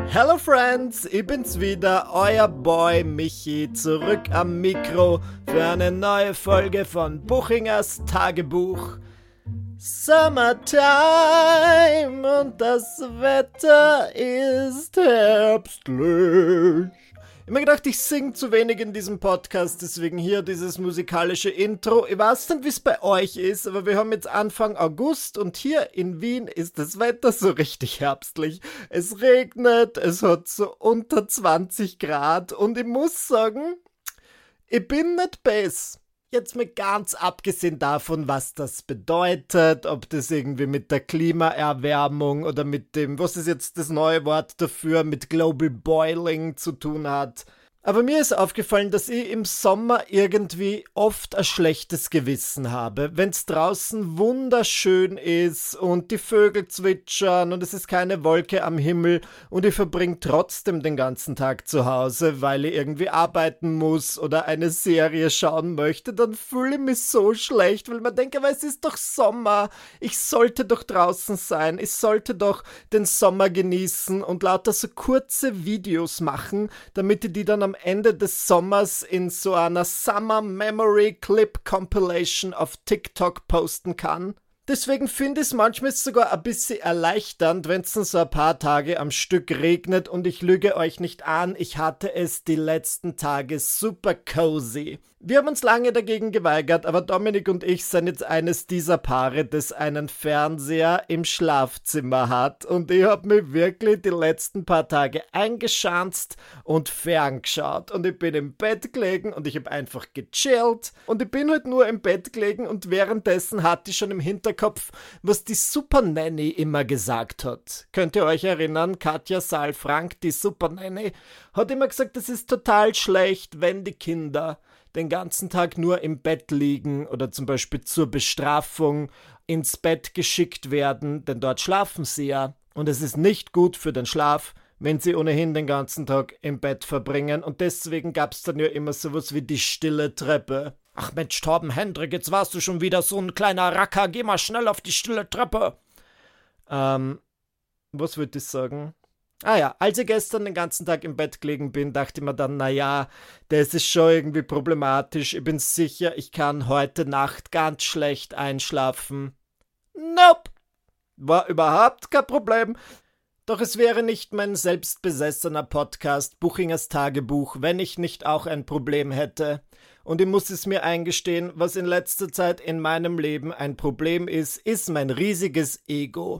Hello Friends, ich bin's wieder, euer Boy Michi, zurück am Mikro für eine neue Folge von Buchingers Tagebuch. Summertime und das Wetter ist herbstlich. Ich hab mir gedacht, ich sing zu wenig in diesem Podcast, deswegen hier dieses musikalische Intro. Ich weiß nicht, wie es bei euch ist, aber wir haben jetzt Anfang August und hier in Wien ist das Wetter so richtig herbstlich. Es regnet, es hat so unter 20 Grad und ich muss sagen, ich bin nicht bess. Jetzt mal ganz abgesehen davon, was das bedeutet, ob das irgendwie mit der Klimaerwärmung oder mit dem, was ist jetzt das neue Wort dafür, mit Global Boiling zu tun hat. Aber mir ist aufgefallen, dass ich im Sommer irgendwie oft ein schlechtes Gewissen habe. Wenn es draußen wunderschön ist und die Vögel zwitschern und es ist keine Wolke am Himmel und ich verbringe trotzdem den ganzen Tag zu Hause, weil ich irgendwie arbeiten muss oder eine Serie schauen möchte, dann fühle ich mich so schlecht, weil man denkt, aber es ist doch Sommer, ich sollte doch draußen sein, ich sollte doch den Sommer genießen und lauter so kurze Videos machen, damit ich die dann am Ende des Sommers in so einer Summer Memory Clip Compilation auf TikTok posten kann. Deswegen finde ich es manchmal sogar ein bisschen erleichternd, wenn es dann so ein paar Tage am Stück regnet und ich lüge euch nicht an, ich hatte es die letzten Tage super cozy. Wir haben uns lange dagegen geweigert, aber Dominik und ich sind jetzt eines dieser Paare, das einen Fernseher im Schlafzimmer hat und ich habe mich wirklich die letzten paar Tage eingeschanzt und ferngeschaut und ich bin im Bett gelegen und ich habe einfach gechillt und ich bin halt nur im Bett gelegen und währenddessen hatte ich schon im Hinterkopf, was die Super Nanny immer gesagt hat. Könnt ihr euch erinnern, Katja Saalfrank, die Super Nanny, hat immer gesagt, es ist total schlecht, wenn die Kinder den ganzen Tag nur im Bett liegen oder zum Beispiel zur Bestrafung ins Bett geschickt werden, denn dort schlafen sie ja. Und es ist nicht gut für den Schlaf, wenn sie ohnehin den ganzen Tag im Bett verbringen. Und deswegen gab es dann ja immer sowas wie die stille Treppe. Ach Mensch, Torben Hendrik, jetzt warst du schon wieder so ein kleiner Racker, geh mal schnell auf die stille Treppe. Was würde ich sagen? Ah ja, als ich gestern den ganzen Tag im Bett gelegen bin, dachte ich mir dann, naja, das ist schon irgendwie problematisch. Ich bin sicher, ich kann heute Nacht ganz schlecht einschlafen. Nope, war überhaupt kein Problem. Doch es wäre nicht mein selbstbesessener Podcast Buchingers Tagebuch, wenn ich nicht auch ein Problem hätte. Und ich muss es mir eingestehen, was in letzter Zeit in meinem Leben ein Problem ist mein riesiges Ego.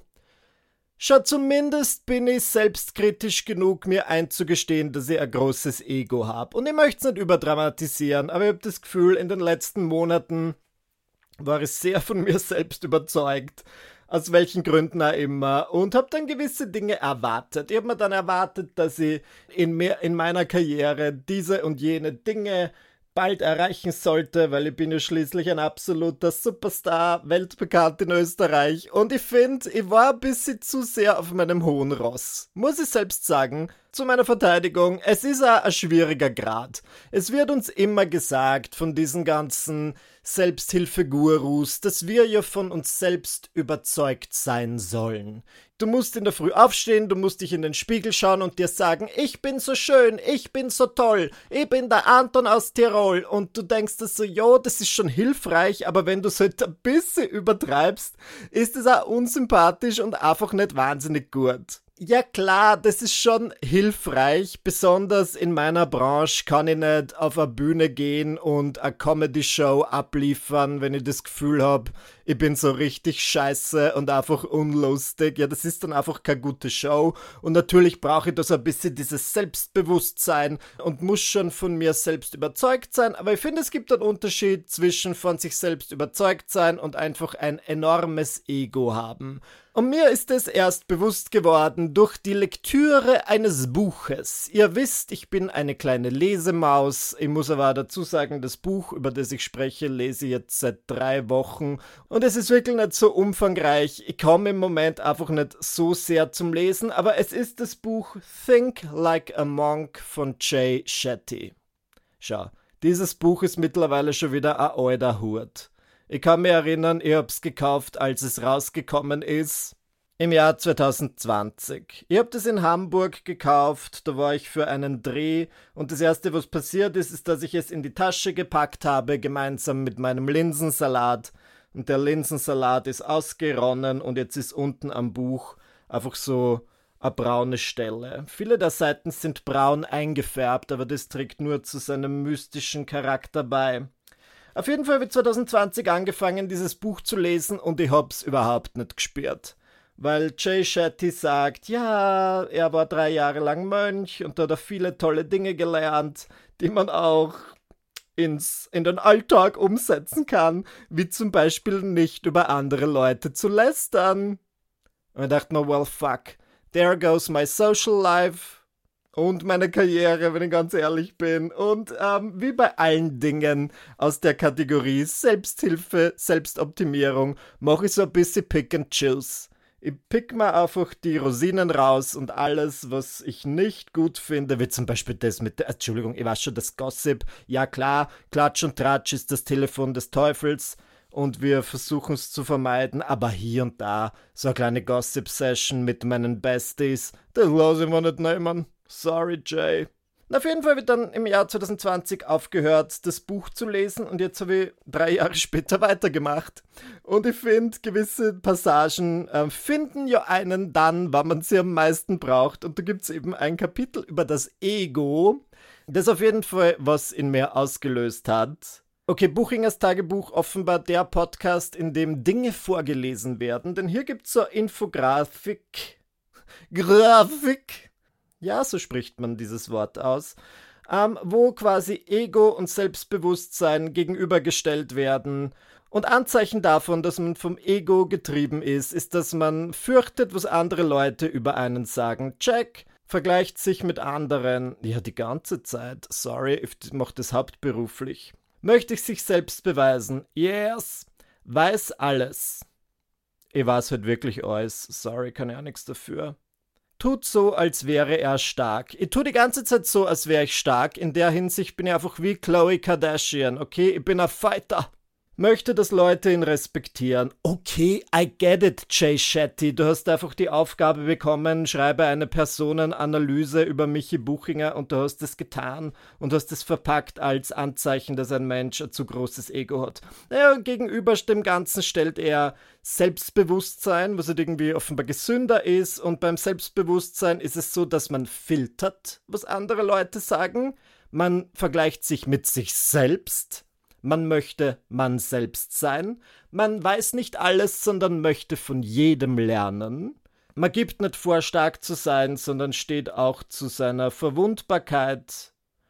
Schon zumindest bin ich selbstkritisch genug, mir einzugestehen, dass ich ein großes Ego habe. Und ich möchte es nicht überdramatisieren, aber ich habe das Gefühl, in den letzten Monaten war ich sehr von mir selbst überzeugt, aus welchen Gründen auch immer, und habe dann gewisse Dinge erwartet. Ich habe mir dann erwartet, dass ich in meiner Karriere diese und jene Dinge bald erreichen sollte, weil ich bin ja schließlich ein absoluter Superstar, weltbekannt in Österreich, und ich finde, ich war ein bisschen zu sehr auf meinem hohen Ross. Muss ich selbst sagen, zu meiner Verteidigung, es ist auch ein schwieriger Grad. Es wird uns immer gesagt von diesen ganzen Selbsthilfegurus, dass wir ja von uns selbst überzeugt sein sollen. Du musst in der Früh aufstehen, du musst dich in den Spiegel schauen und dir sagen, ich bin so schön, ich bin so toll, ich bin der Anton aus Tirol, und du denkst dir so, jo, das ist schon hilfreich, aber wenn du es halt ein bisschen übertreibst, ist es auch unsympathisch und einfach nicht wahnsinnig gut. Ja klar, das ist schon hilfreich, besonders in meiner Branche kann ich nicht auf eine Bühne gehen und eine Comedy-Show abliefern, wenn ich das Gefühl habe, ich bin so richtig scheiße und einfach unlustig. Ja, das ist dann einfach keine gute Show, und natürlich brauche ich da so ein bisschen dieses Selbstbewusstsein und muss schon von mir selbst überzeugt sein, aber ich finde, es gibt einen Unterschied zwischen von sich selbst überzeugt sein und einfach ein enormes Ego haben. Und mir ist es erst bewusst geworden durch die Lektüre eines Buches. Ihr wisst, ich bin eine kleine Lesemaus. Ich muss aber dazu sagen, das Buch, über das ich spreche, lese ich jetzt seit 3 Wochen. Und es ist wirklich nicht so umfangreich. Ich komme im Moment einfach nicht so sehr zum Lesen, aber es ist das Buch Think Like a Monk von Jay Shetty. Schau, dieses Buch ist mittlerweile schon wieder ein alter Hut. Ich kann mich erinnern, ich hab's gekauft, als es rausgekommen ist. Im Jahr 2020. Ich habe das in Hamburg gekauft, da war ich für einen Dreh und das erste, was passiert ist, ist, dass ich es in die Tasche gepackt habe, gemeinsam mit meinem Linsensalat und der Linsensalat ist ausgeronnen und jetzt ist unten am Buch einfach so eine braune Stelle. Viele der Seiten sind braun eingefärbt, aber das trägt nur zu seinem mystischen Charakter bei. Auf jeden Fall habe ich 2020 angefangen, dieses Buch zu lesen und ich hab's überhaupt nicht gespürt. Weil Jay Shetty sagt, ja, er war 3 Jahre lang Mönch und da hat er viele tolle Dinge gelernt, die man auch in den Alltag umsetzen kann, wie zum Beispiel nicht über andere Leute zu lästern. Und ich dachte mir, well, fuck, there goes my social life und meine Karriere, wenn ich ganz ehrlich bin. Und wie bei allen Dingen aus der Kategorie Selbsthilfe, Selbstoptimierung, mache ich so ein bisschen Pick and Choose. Ich pick mir einfach die Rosinen raus und alles, was ich nicht gut finde, wie zum Beispiel das mit der, Entschuldigung, ich weiß schon, das Gossip. Ja klar, Klatsch und Tratsch ist das Telefon des Teufels und wir versuchen es zu vermeiden, aber hier und da so eine kleine Gossip-Session mit meinen Besties, das lasse ich mir nicht nehmen. Sorry, Jay. Und auf jeden Fall habe ich dann im Jahr 2020 aufgehört, das Buch zu lesen und jetzt habe ich 3 Jahre später weitergemacht. Und ich finde, gewisse Passagen finden ja einen dann, wann man sie am meisten braucht. Und da gibt es eben ein Kapitel über das Ego, das auf jeden Fall was in mir ausgelöst hat. Okay, Buchingers Tagebuch, offenbar der Podcast, in dem Dinge vorgelesen werden, denn hier gibt es so Infografik. Ja, so spricht man dieses Wort aus, wo quasi Ego und Selbstbewusstsein gegenübergestellt werden. Und Anzeichen davon, dass man vom Ego getrieben ist, dass man fürchtet, was andere Leute über einen sagen. Check, vergleicht sich mit anderen. Ja, die ganze Zeit. Sorry, ich mache das hauptberuflich. Möchte ich sich selbst beweisen? Yes. Weiß alles. Ich weiß halt wirklich alles. Sorry, kann ja nichts dafür. Tut so, als wäre er stark. Ich tue die ganze Zeit so, als wäre ich stark. In der Hinsicht bin ich einfach wie Khloe Kardashian, okay? Ich bin ein Fighter. Möchte, dass Leute ihn respektieren. Okay, I get it, Jay Shetty. Du hast einfach die Aufgabe bekommen, schreibe eine Personenanalyse über Michi Buchinger und du hast es getan und hast es verpackt als Anzeichen, dass ein Mensch ein zu großes Ego hat. Naja, und gegenüber dem Ganzen stellt er Selbstbewusstsein, was halt irgendwie offenbar gesünder ist, und beim Selbstbewusstsein ist es so, dass man filtert, was andere Leute sagen. Man vergleicht sich mit sich selbst. Man möchte man selbst sein. Man weiß nicht alles, sondern möchte von jedem lernen. Man gibt nicht vor, stark zu sein, sondern steht auch zu seiner Verwundbarkeit.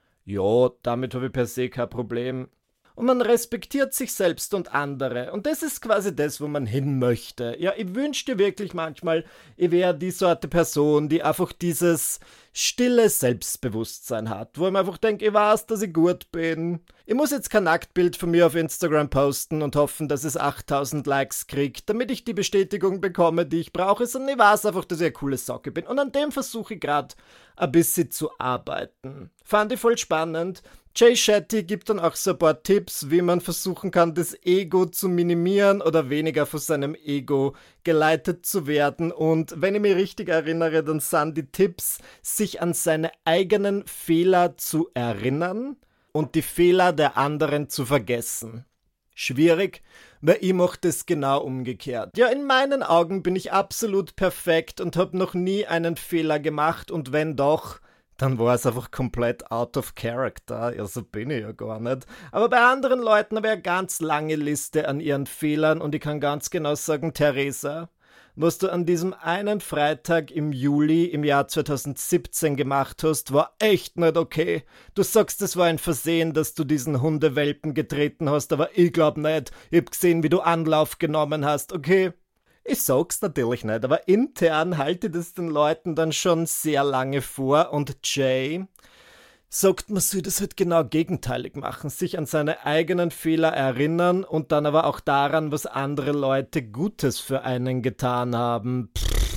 Ja, damit habe ich per se kein Problem. Und man respektiert sich selbst und andere. Und das ist quasi das, wo man hin möchte. Ja, ich wünschte wirklich manchmal, ich wäre die Sorte Person, die einfach dieses stille Selbstbewusstsein hat, wo ich mir einfach denke, ich weiß, dass ich gut bin. Ich muss jetzt kein Nacktbild von mir auf Instagram posten und hoffen, dass es 8000 Likes kriegt, damit ich die Bestätigung bekomme, die ich brauche, sondern ich weiß einfach, dass ich eine coole Socke bin. Und an dem versuche ich gerade ein bisschen zu arbeiten. Fand ich voll spannend. Jay Shetty gibt dann auch so ein paar Tipps, wie man versuchen kann, das Ego zu minimieren oder weniger von seinem Ego geleitet zu werden. Und wenn ich mich richtig erinnere, dann sind die Tipps, sich an seine eigenen Fehler zu erinnern und die Fehler der anderen zu vergessen. Schwierig, weil ich mache das genau umgekehrt. Ja, in meinen Augen bin ich absolut perfekt und habe noch nie einen Fehler gemacht, und wenn doch, dann war es einfach komplett out of character. Ja, so bin ich ja gar nicht. Aber bei anderen Leuten habe ich eine ganz lange Liste an ihren Fehlern und ich kann ganz genau sagen, Theresa, was du an diesem einen Freitag im Juli im Jahr 2017 gemacht hast, war echt nicht okay. Du sagst, es war ein Versehen, dass du diesen Hundewelpen getreten hast, aber ich glaub nicht. Ich hab gesehen, wie du Anlauf genommen hast, okay? Ich sag's natürlich nicht, aber intern halte ich das den Leuten dann schon sehr lange vor, und Jay sagt, man soll das halt genau gegenteilig machen, sich an seine eigenen Fehler erinnern und dann aber auch daran, was andere Leute Gutes für einen getan haben.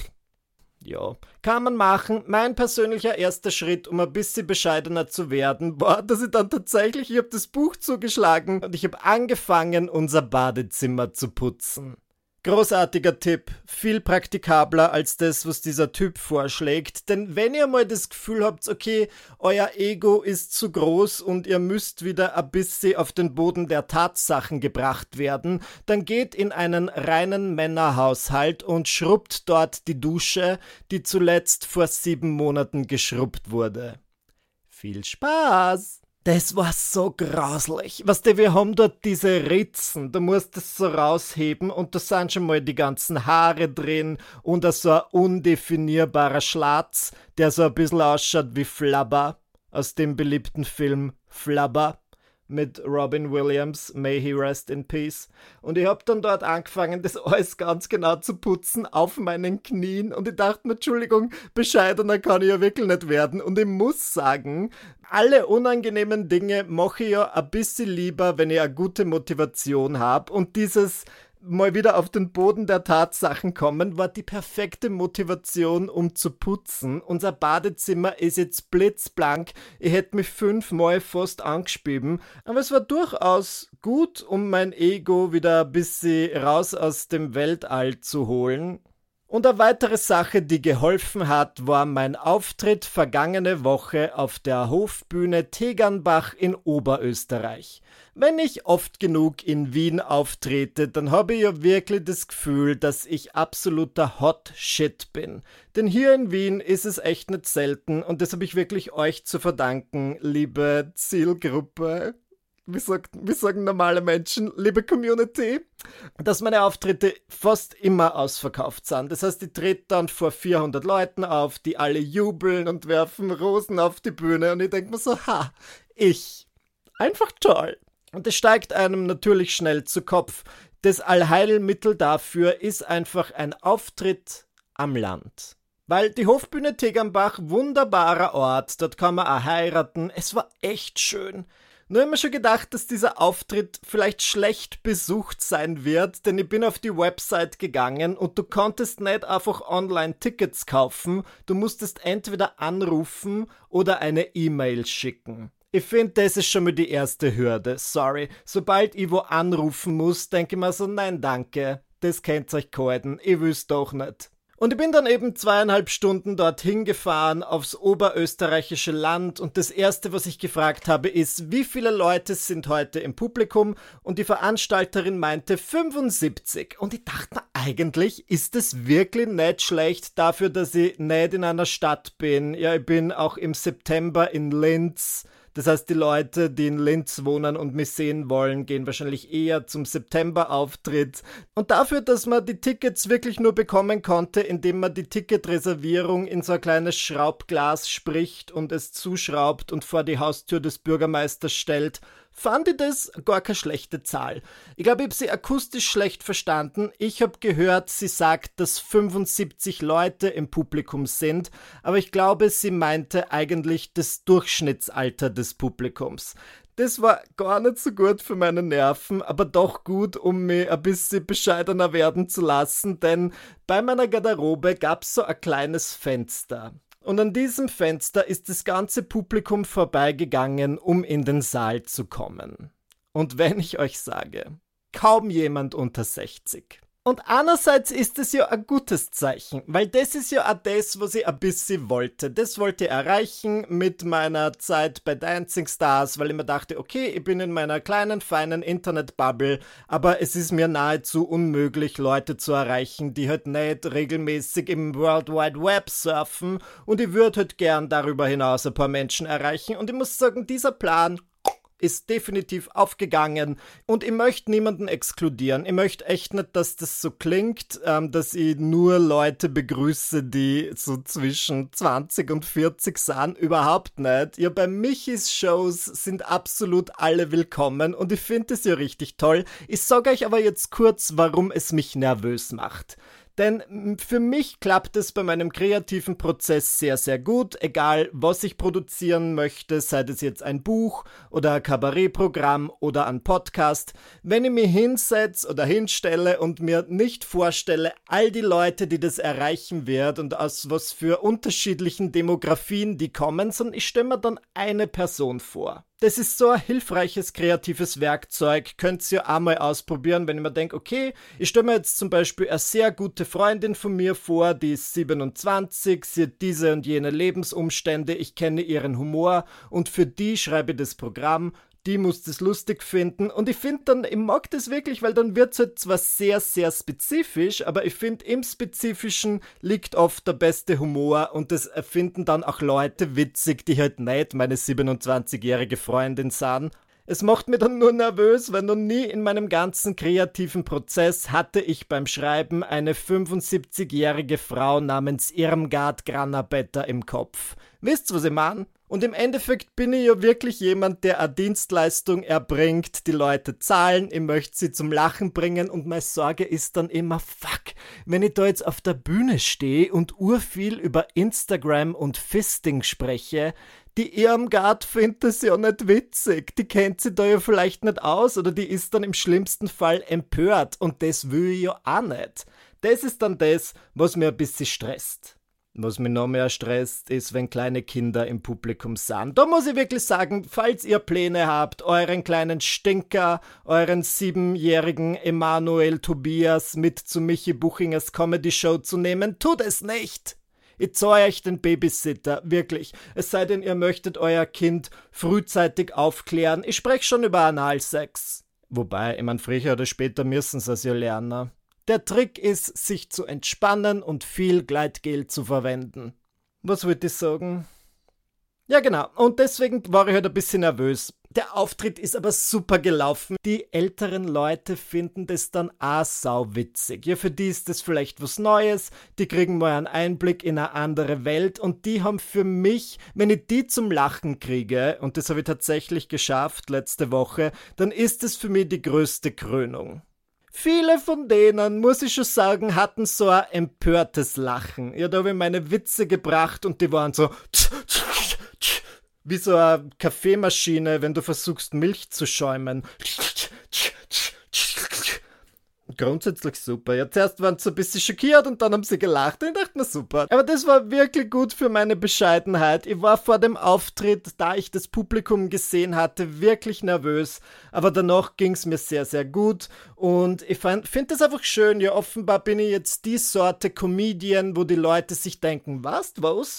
Ja, kann man machen. Mein persönlicher erster Schritt, um ein bisschen bescheidener zu werden, war, dass ich dann tatsächlich, ich habe das Buch zugeschlagen und ich habe angefangen, unser Badezimmer zu putzen. Großartiger Tipp, viel praktikabler als das, was dieser Typ vorschlägt, denn wenn ihr mal das Gefühl habt, okay, euer Ego ist zu groß und ihr müsst wieder ein bisschen auf den Boden der Tatsachen gebracht werden, dann geht in einen reinen Männerhaushalt und schrubbt dort die Dusche, die zuletzt vor 7 Monaten geschrubbt wurde. Viel Spaß! Das war so grauslich. Weißt du, wir haben dort diese Ritzen, du musst es so rausheben und da sind schon mal die ganzen Haare drin und so ein undefinierbarer Schlatz, der so ein bisschen ausschaut wie Flubber aus dem beliebten Film Flubber mit Robin Williams, May he rest in peace. Und ich hab dann dort angefangen, das alles ganz genau zu putzen auf meinen Knien und ich dachte mir, Entschuldigung, bescheidener kann ich ja wirklich nicht werden. Und ich muss sagen, alle unangenehmen Dinge mache ich ja ein bisschen lieber, wenn ich eine gute Motivation habe. Und dieses mal wieder auf den Boden der Tatsachen kommen, war die perfekte Motivation, um zu putzen. Unser Badezimmer ist jetzt blitzblank. Ich hätte mich 5-mal fast angespieben. Aber es war durchaus gut, um mein Ego wieder ein bisschen raus aus dem Weltall zu holen. Und eine weitere Sache, die geholfen hat, war mein Auftritt vergangene Woche auf der Hofbühne Tegernbach in Oberösterreich. Wenn ich oft genug in Wien auftrete, dann habe ich ja wirklich das Gefühl, dass ich absoluter Hot Shit bin. Denn hier in Wien ist es echt nicht selten und das habe ich wirklich euch zu verdanken, liebe Zielgruppe. Wie sagen normale Menschen, liebe Community, dass meine Auftritte fast immer ausverkauft sind. Das heißt, ich trete dann vor 400 Leuten auf, die alle jubeln und werfen Rosen auf die Bühne und ich denke mir so, ich. Einfach toll. Und es steigt einem natürlich schnell zu Kopf. Das Allheilmittel dafür ist einfach ein Auftritt am Land. Weil die Hofbühne Tegernbach, wunderbarer Ort, dort kann man auch heiraten, es war echt schön. Nur habe ich mir schon gedacht, dass dieser Auftritt vielleicht schlecht besucht sein wird, denn ich bin auf die Website gegangen und du konntest nicht einfach online Tickets kaufen, du musstest entweder anrufen oder eine E-Mail schicken. Ich finde, das ist schon mal die erste Hürde, sorry. Sobald ich wo anrufen muss, denke ich mir so, nein danke, das könnt ihr euch gehalten, ich will's doch nicht. Und ich bin dann eben 2,5 Stunden dorthin gefahren aufs oberösterreichische Land und das erste, was ich gefragt habe, ist, wie viele Leute sind heute im Publikum? Und die Veranstalterin meinte 75. Und ich dachte mir, eigentlich ist es wirklich nicht schlecht dafür, dass ich nicht in einer Stadt bin. Ja, ich bin auch im September in Linz. Das heißt, die Leute, die in Linz wohnen und mich sehen wollen, gehen wahrscheinlich eher zum September-Auftritt. Und dafür, dass man die Tickets wirklich nur bekommen konnte, indem man die Ticketreservierung in so ein kleines Schraubglas spricht und es zuschraubt und vor die Haustür des Bürgermeisters stellt, fand ich das gar keine schlechte Zahl. Ich glaube, ich habe sie akustisch schlecht verstanden. Ich habe gehört, sie sagt, dass 75 Leute im Publikum sind, aber ich glaube, sie meinte eigentlich das Durchschnittsalter des Publikums. Das war gar nicht so gut für meine Nerven, aber doch gut, um mich ein bisschen bescheidener werden zu lassen, denn bei meiner Garderobe gab es so ein kleines Fenster. Und an diesem Fenster ist das ganze Publikum vorbeigegangen, um in den Saal zu kommen. Und wenn ich euch sage, kaum jemand unter 60. Und einerseits ist es ja ein gutes Zeichen, weil das ist ja auch das, was ich ein bisschen wollte. Das wollte ich erreichen mit meiner Zeit bei Dancing Stars, weil ich mir dachte, okay, ich bin in meiner kleinen, feinen Internetbubble, aber es ist mir nahezu unmöglich, Leute zu erreichen, die halt nicht regelmäßig im World Wide Web surfen und ich würde halt gern darüber hinaus ein paar Menschen erreichen und ich muss sagen, dieser Plan ist definitiv aufgegangen und ich möchte niemanden exkludieren. Ich möchte echt nicht, dass das so klingt, dass ich nur Leute begrüße, die so zwischen 20 und 40 sind. Überhaupt nicht. Ja, bei Michis Shows sind absolut alle willkommen und ich finde es ja richtig toll. Ich sage euch aber jetzt kurz, warum es mich nervös macht. Denn für mich klappt es bei meinem kreativen Prozess sehr, sehr gut, egal was ich produzieren möchte, sei es jetzt ein Buch oder ein Kabarettprogramm oder ein Podcast. Wenn ich mich hinsetze oder hinstelle und mir nicht vorstelle, all die Leute, die das erreichen wird und aus was für unterschiedlichen Demografien die kommen, sondern ich stelle mir dann eine Person vor. Das ist so ein hilfreiches, kreatives Werkzeug. Könnt ihr auch mal ausprobieren, wenn ich mir denke, okay, ich stelle mir jetzt zum Beispiel eine sehr gute Freundin von mir vor, die ist 27, sie hat diese und jene Lebensumstände, ich kenne ihren Humor und für die schreibe ich das Programm. Die muss das lustig finden und ich finde dann, ich mag das wirklich, weil dann wird es halt zwar sehr, sehr spezifisch, aber ich finde, im Spezifischen liegt oft der beste Humor und das finden dann auch Leute witzig, die halt nicht meine 27-jährige Freundin sind. Es macht mir dann nur nervös, weil noch nie in meinem ganzen kreativen Prozess hatte ich beim Schreiben eine 75-jährige Frau namens Irmgard Grannabetter im Kopf. Wisst ihr, was ich meine? Und im Endeffekt bin ich ja wirklich jemand, der eine Dienstleistung erbringt, die Leute zahlen, ich möchte sie zum Lachen bringen und meine Sorge ist dann immer, fuck, wenn ich da jetzt auf der Bühne stehe und urviel über Instagram und Fisting spreche, die Irmgard findet das ja nicht witzig, die kennt sich da ja vielleicht nicht aus oder die ist dann im schlimmsten Fall empört und das will ich ja auch nicht. Das ist dann das, was mir ein bisschen stresst. Was mich noch mehr stresst, ist, wenn kleine Kinder im Publikum sind. Da muss ich wirklich sagen, falls ihr Pläne habt, euren kleinen Stinker, euren 7-jährigen Emanuel Tobias mit zu Michi Buchingers Comedy-Show zu nehmen, tut es nicht! Ich zahle euch den Babysitter, wirklich. Es sei denn, ihr möchtet euer Kind frühzeitig aufklären. Ich spreche schon über Analsex. Wobei, ich meine, früher oder später müssen sie es ja lernen. Der Trick ist, sich zu entspannen und viel Gleitgel zu verwenden. Was wollte ich sagen? Ja, genau. Und deswegen war ich halt ein bisschen nervös. Der Auftritt ist aber super gelaufen. Die älteren Leute finden das dann auch sauwitzig. Ja, für die ist das vielleicht was Neues. Die kriegen mal einen Einblick in eine andere Welt. Und die haben für mich, wenn ich die zum Lachen kriege, und das habe ich tatsächlich geschafft letzte Woche, dann ist es für mich die größte Krönung. Viele von denen, muss ich schon sagen, hatten so ein empörtes Lachen. Ja, da habe ich meine Witze gebracht und die waren so wie so eine Kaffeemaschine, wenn du versuchst, Milch zu schäumen. Grundsätzlich super. Ja, zuerst waren sie so ein bisschen schockiert und dann haben sie gelacht. Und ich dachte mir, super. Aber das war wirklich gut für meine Bescheidenheit. Ich war vor dem Auftritt, da ich das Publikum gesehen hatte, wirklich nervös. Aber danach ging es mir sehr, sehr gut. Und ich finde das einfach schön. Ja, offenbar bin ich jetzt die Sorte Comedian, wo die Leute sich denken, was?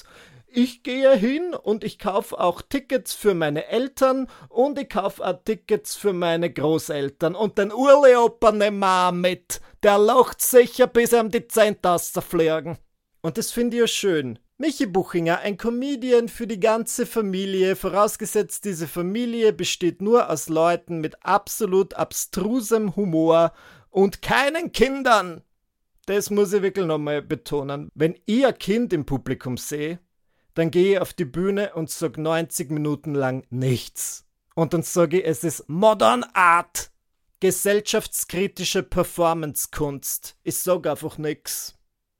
Ich gehe hin und ich kaufe auch Tickets für meine Eltern und ich kaufe auch Tickets für meine Großeltern. Und den Urlaoper nehmen wir auch mit. Der lacht sicher, bis ihm die Zehntaster fliegen. Und das finde ich ja schön. Michi Buchinger, ein Comedian für die ganze Familie, vorausgesetzt diese Familie besteht nur aus Leuten mit absolut abstrusem Humor und keinen Kindern. Das muss ich wirklich nochmal betonen. Wenn ich ein Kind im Publikum sehe, dann gehe ich auf die Bühne und sage 90 Minuten lang nichts. Und dann sage ich, es ist Modern Art. Gesellschaftskritische Performancekunst. Ich sage einfach nichts.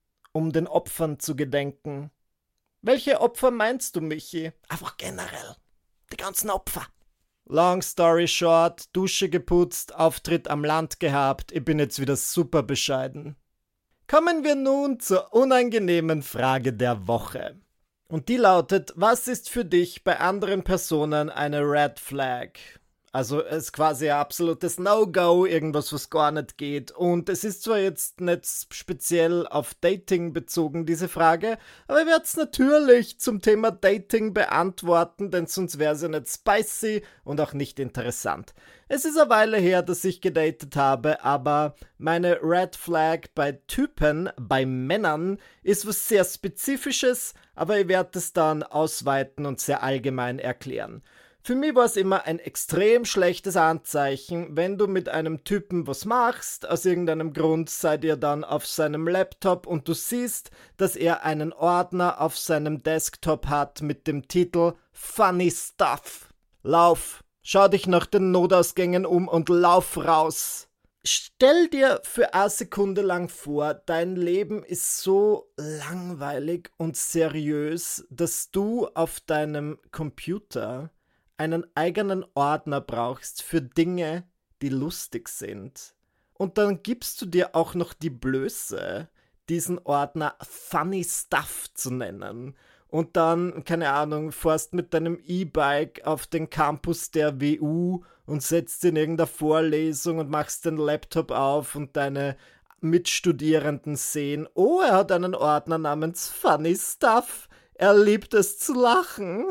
Um den Opfern zu gedenken. Welche Opfer meinst du, Michi? Einfach generell. Die ganzen Opfer. Long story short, Dusche geputzt, Auftritt am Land gehabt. Ich bin jetzt wieder super bescheiden. Kommen wir nun zur unangenehmen Frage der Woche. Und die lautet, was ist für dich bei anderen Personen eine Red Flag? Also es ist quasi ein absolutes No-Go, irgendwas, was gar nicht geht. Und es ist zwar jetzt nicht speziell auf Dating bezogen, diese Frage, aber ich werde es natürlich zum Thema Dating beantworten, denn sonst wäre es ja nicht spicy und auch nicht interessant. Es ist eine Weile her, dass ich gedatet habe, aber meine Red Flag bei Typen, bei Männern, ist was sehr Spezifisches, aber ich werde es dann ausweiten und sehr allgemein erklären. Für mich war es immer ein extrem schlechtes Anzeichen, wenn du mit einem Typen was machst, aus irgendeinem Grund seid ihr dann auf seinem Laptop und du siehst, dass er einen Ordner auf seinem Desktop hat mit dem Titel Funny Stuff. Lauf, schau dich nach den Notausgängen um und lauf raus. Stell dir für eine Sekunde lang vor, dein Leben ist so langweilig und seriös, dass du auf deinem Computer einen eigenen Ordner brauchst für Dinge, die lustig sind. Und dann gibst du dir auch noch die Blöße, diesen Ordner Funny Stuff zu nennen. und dann, keine Ahnung, fährst mit deinem E-Bike auf den Campus der WU und setzt in irgendeiner Vorlesung und machst den Laptop auf und deine Mitstudierenden sehen, oh, er hat einen Ordner namens Funny Stuff. Er liebt es zu lachen.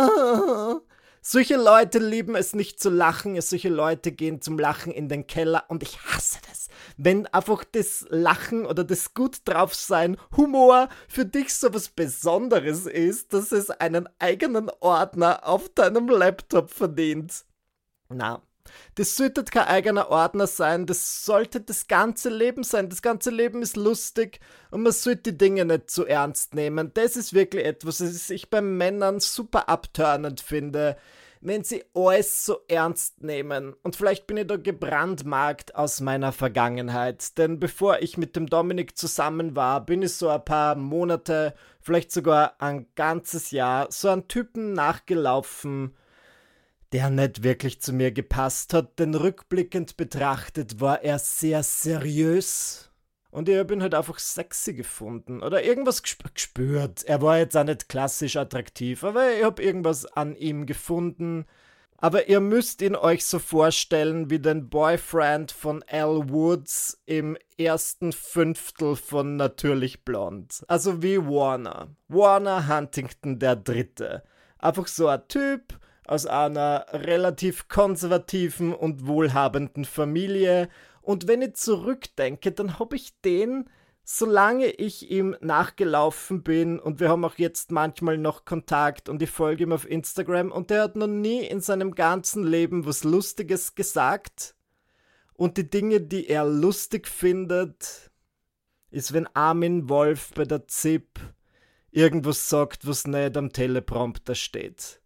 Solche Leute lieben es nicht zu lachen, solche Leute gehen zum Lachen in den Keller und ich hasse das. Wenn einfach das Lachen oder das gut drauf sein, Humor für dich so was Besonderes ist, dass es einen eigenen Ordner auf deinem Laptop verdient. Na, das sollte kein eigener Ordner sein, das sollte das ganze Leben sein. Das ganze Leben ist lustig und man sollte die Dinge nicht zu ernst nehmen. Das ist wirklich etwas, was ich bei Männern super abtörnend finde, wenn sie alles so ernst nehmen. Und vielleicht bin ich da gebrandmarkt aus meiner Vergangenheit, denn bevor ich mit dem Dominik zusammen war, bin ich so ein paar Monate, vielleicht sogar ein ganzes Jahr, so einem Typen nachgelaufen, der nicht wirklich zu mir gepasst hat, denn rückblickend betrachtet war er sehr seriös und ich habe ihn halt einfach sexy gefunden oder irgendwas gespürt. Er war jetzt auch nicht klassisch attraktiv, aber ich habe irgendwas an ihm gefunden. Aber ihr müsst ihn euch so vorstellen wie den Boyfriend von Elle Woods im ersten Fünftel von Natürlich Blond. Also wie Warner. Warner Huntington der Dritte. Einfach so ein Typ aus einer relativ konservativen und wohlhabenden Familie. Und wenn ich zurückdenke, dann habe ich den, solange ich ihm nachgelaufen bin, und wir haben auch jetzt manchmal noch Kontakt und ich folge ihm auf Instagram, und der hat noch nie in seinem ganzen Leben was Lustiges gesagt. Und die Dinge, die er lustig findet, ist, wenn Armin Wolf bei der ZIP irgendwas sagt, was nicht am Teleprompter steht.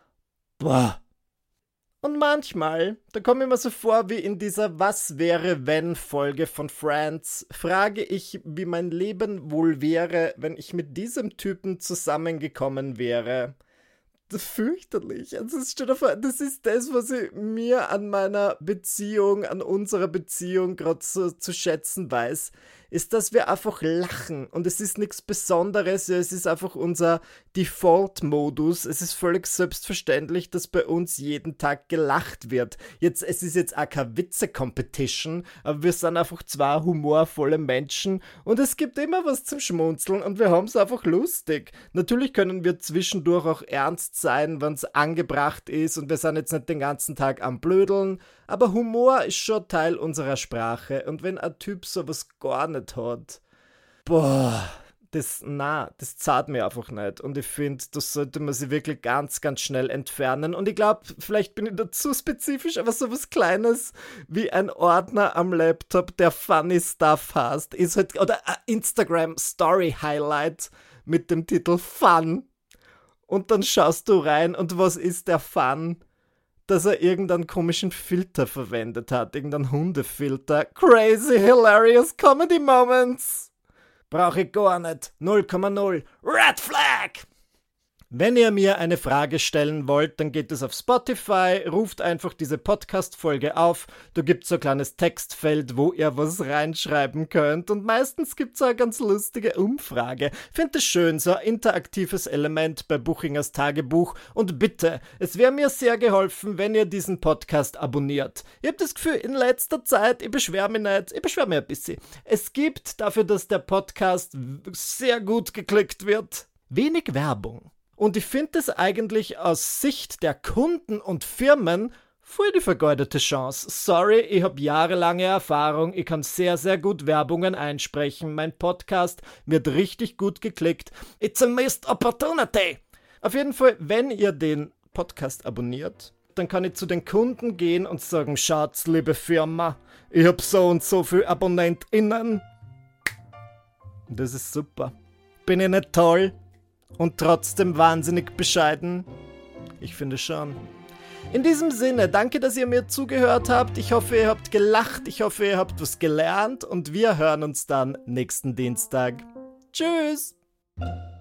Boah. Und manchmal, da komme ich mir so vor wie in dieser Was-wäre-wenn-Folge von Friends, frage ich, wie mein Leben wohl wäre, wenn ich mit diesem Typen zusammengekommen wäre. Das ist fürchterlich. Also das ist das, was ich mir an meiner Beziehung, an unserer Beziehung gerade so zu schätzen weiß, ist, dass wir einfach lachen. Und es ist nichts Besonderes, ja, es ist einfach unser Default-Modus. Es ist völlig selbstverständlich, dass bei uns jeden Tag gelacht wird. Es ist jetzt auch keine Witze-Competition, aber wir sind einfach zwei humorvolle Menschen und es gibt immer was zum Schmunzeln und wir haben es einfach lustig. Natürlich können wir zwischendurch auch ernst sein, wenn es angebracht ist und wir sind jetzt nicht den ganzen Tag am Blödeln, aber Humor ist schon Teil unserer Sprache und wenn ein Typ sowas gar nicht hat, das zahlt mir einfach nicht und ich finde, das sollte man sich wirklich ganz, ganz schnell entfernen und ich glaube, vielleicht bin ich da zu spezifisch, aber sowas Kleines wie ein Ordner am Laptop, der Funny Stuff heißt, ist halt, oder ein Instagram Story Highlight mit dem Titel Fun und dann schaust du rein und was ist der Fun? Dass er irgendeinen komischen Filter verwendet hat, irgendeinen Hundefilter. Crazy, hilarious Comedy Moments. Brauche ich gar nicht. 0,0. Red Flag! Wenn ihr mir eine Frage stellen wollt, dann geht es auf Spotify, ruft einfach diese Podcast-Folge auf, da gibt es so ein kleines Textfeld, wo ihr was reinschreiben könnt und meistens gibt es eine ganz lustige Umfrage. Finde es schön, so ein interaktives Element bei Buchingers Tagebuch und bitte, es wäre mir sehr geholfen, wenn ihr diesen Podcast abonniert. Ich habe das Gefühl, in letzter Zeit, ich beschwere mich nicht, ich beschwere mich ein bisschen. Es gibt dafür, dass der Podcast sehr gut geklickt wird, wenig Werbung. Und ich finde es eigentlich aus Sicht der Kunden und Firmen voll die vergeudete Chance. Sorry, ich habe jahrelange Erfahrung, ich kann sehr, sehr gut Werbungen einsprechen. Mein Podcast wird richtig gut geklickt. It's a missed opportunity. Auf jeden Fall, wenn ihr den Podcast abonniert, dann kann ich zu den Kunden gehen und sagen, Schatz, liebe Firma, ich habe so und so viele AbonnentInnen. Das ist super. Bin ich nicht toll? Und trotzdem wahnsinnig bescheiden? Ich finde schon. In diesem Sinne, danke, dass ihr mir zugehört habt. Ich hoffe, ihr habt gelacht. Ich hoffe, ihr habt was gelernt. Und wir hören uns dann nächsten Dienstag. Tschüss!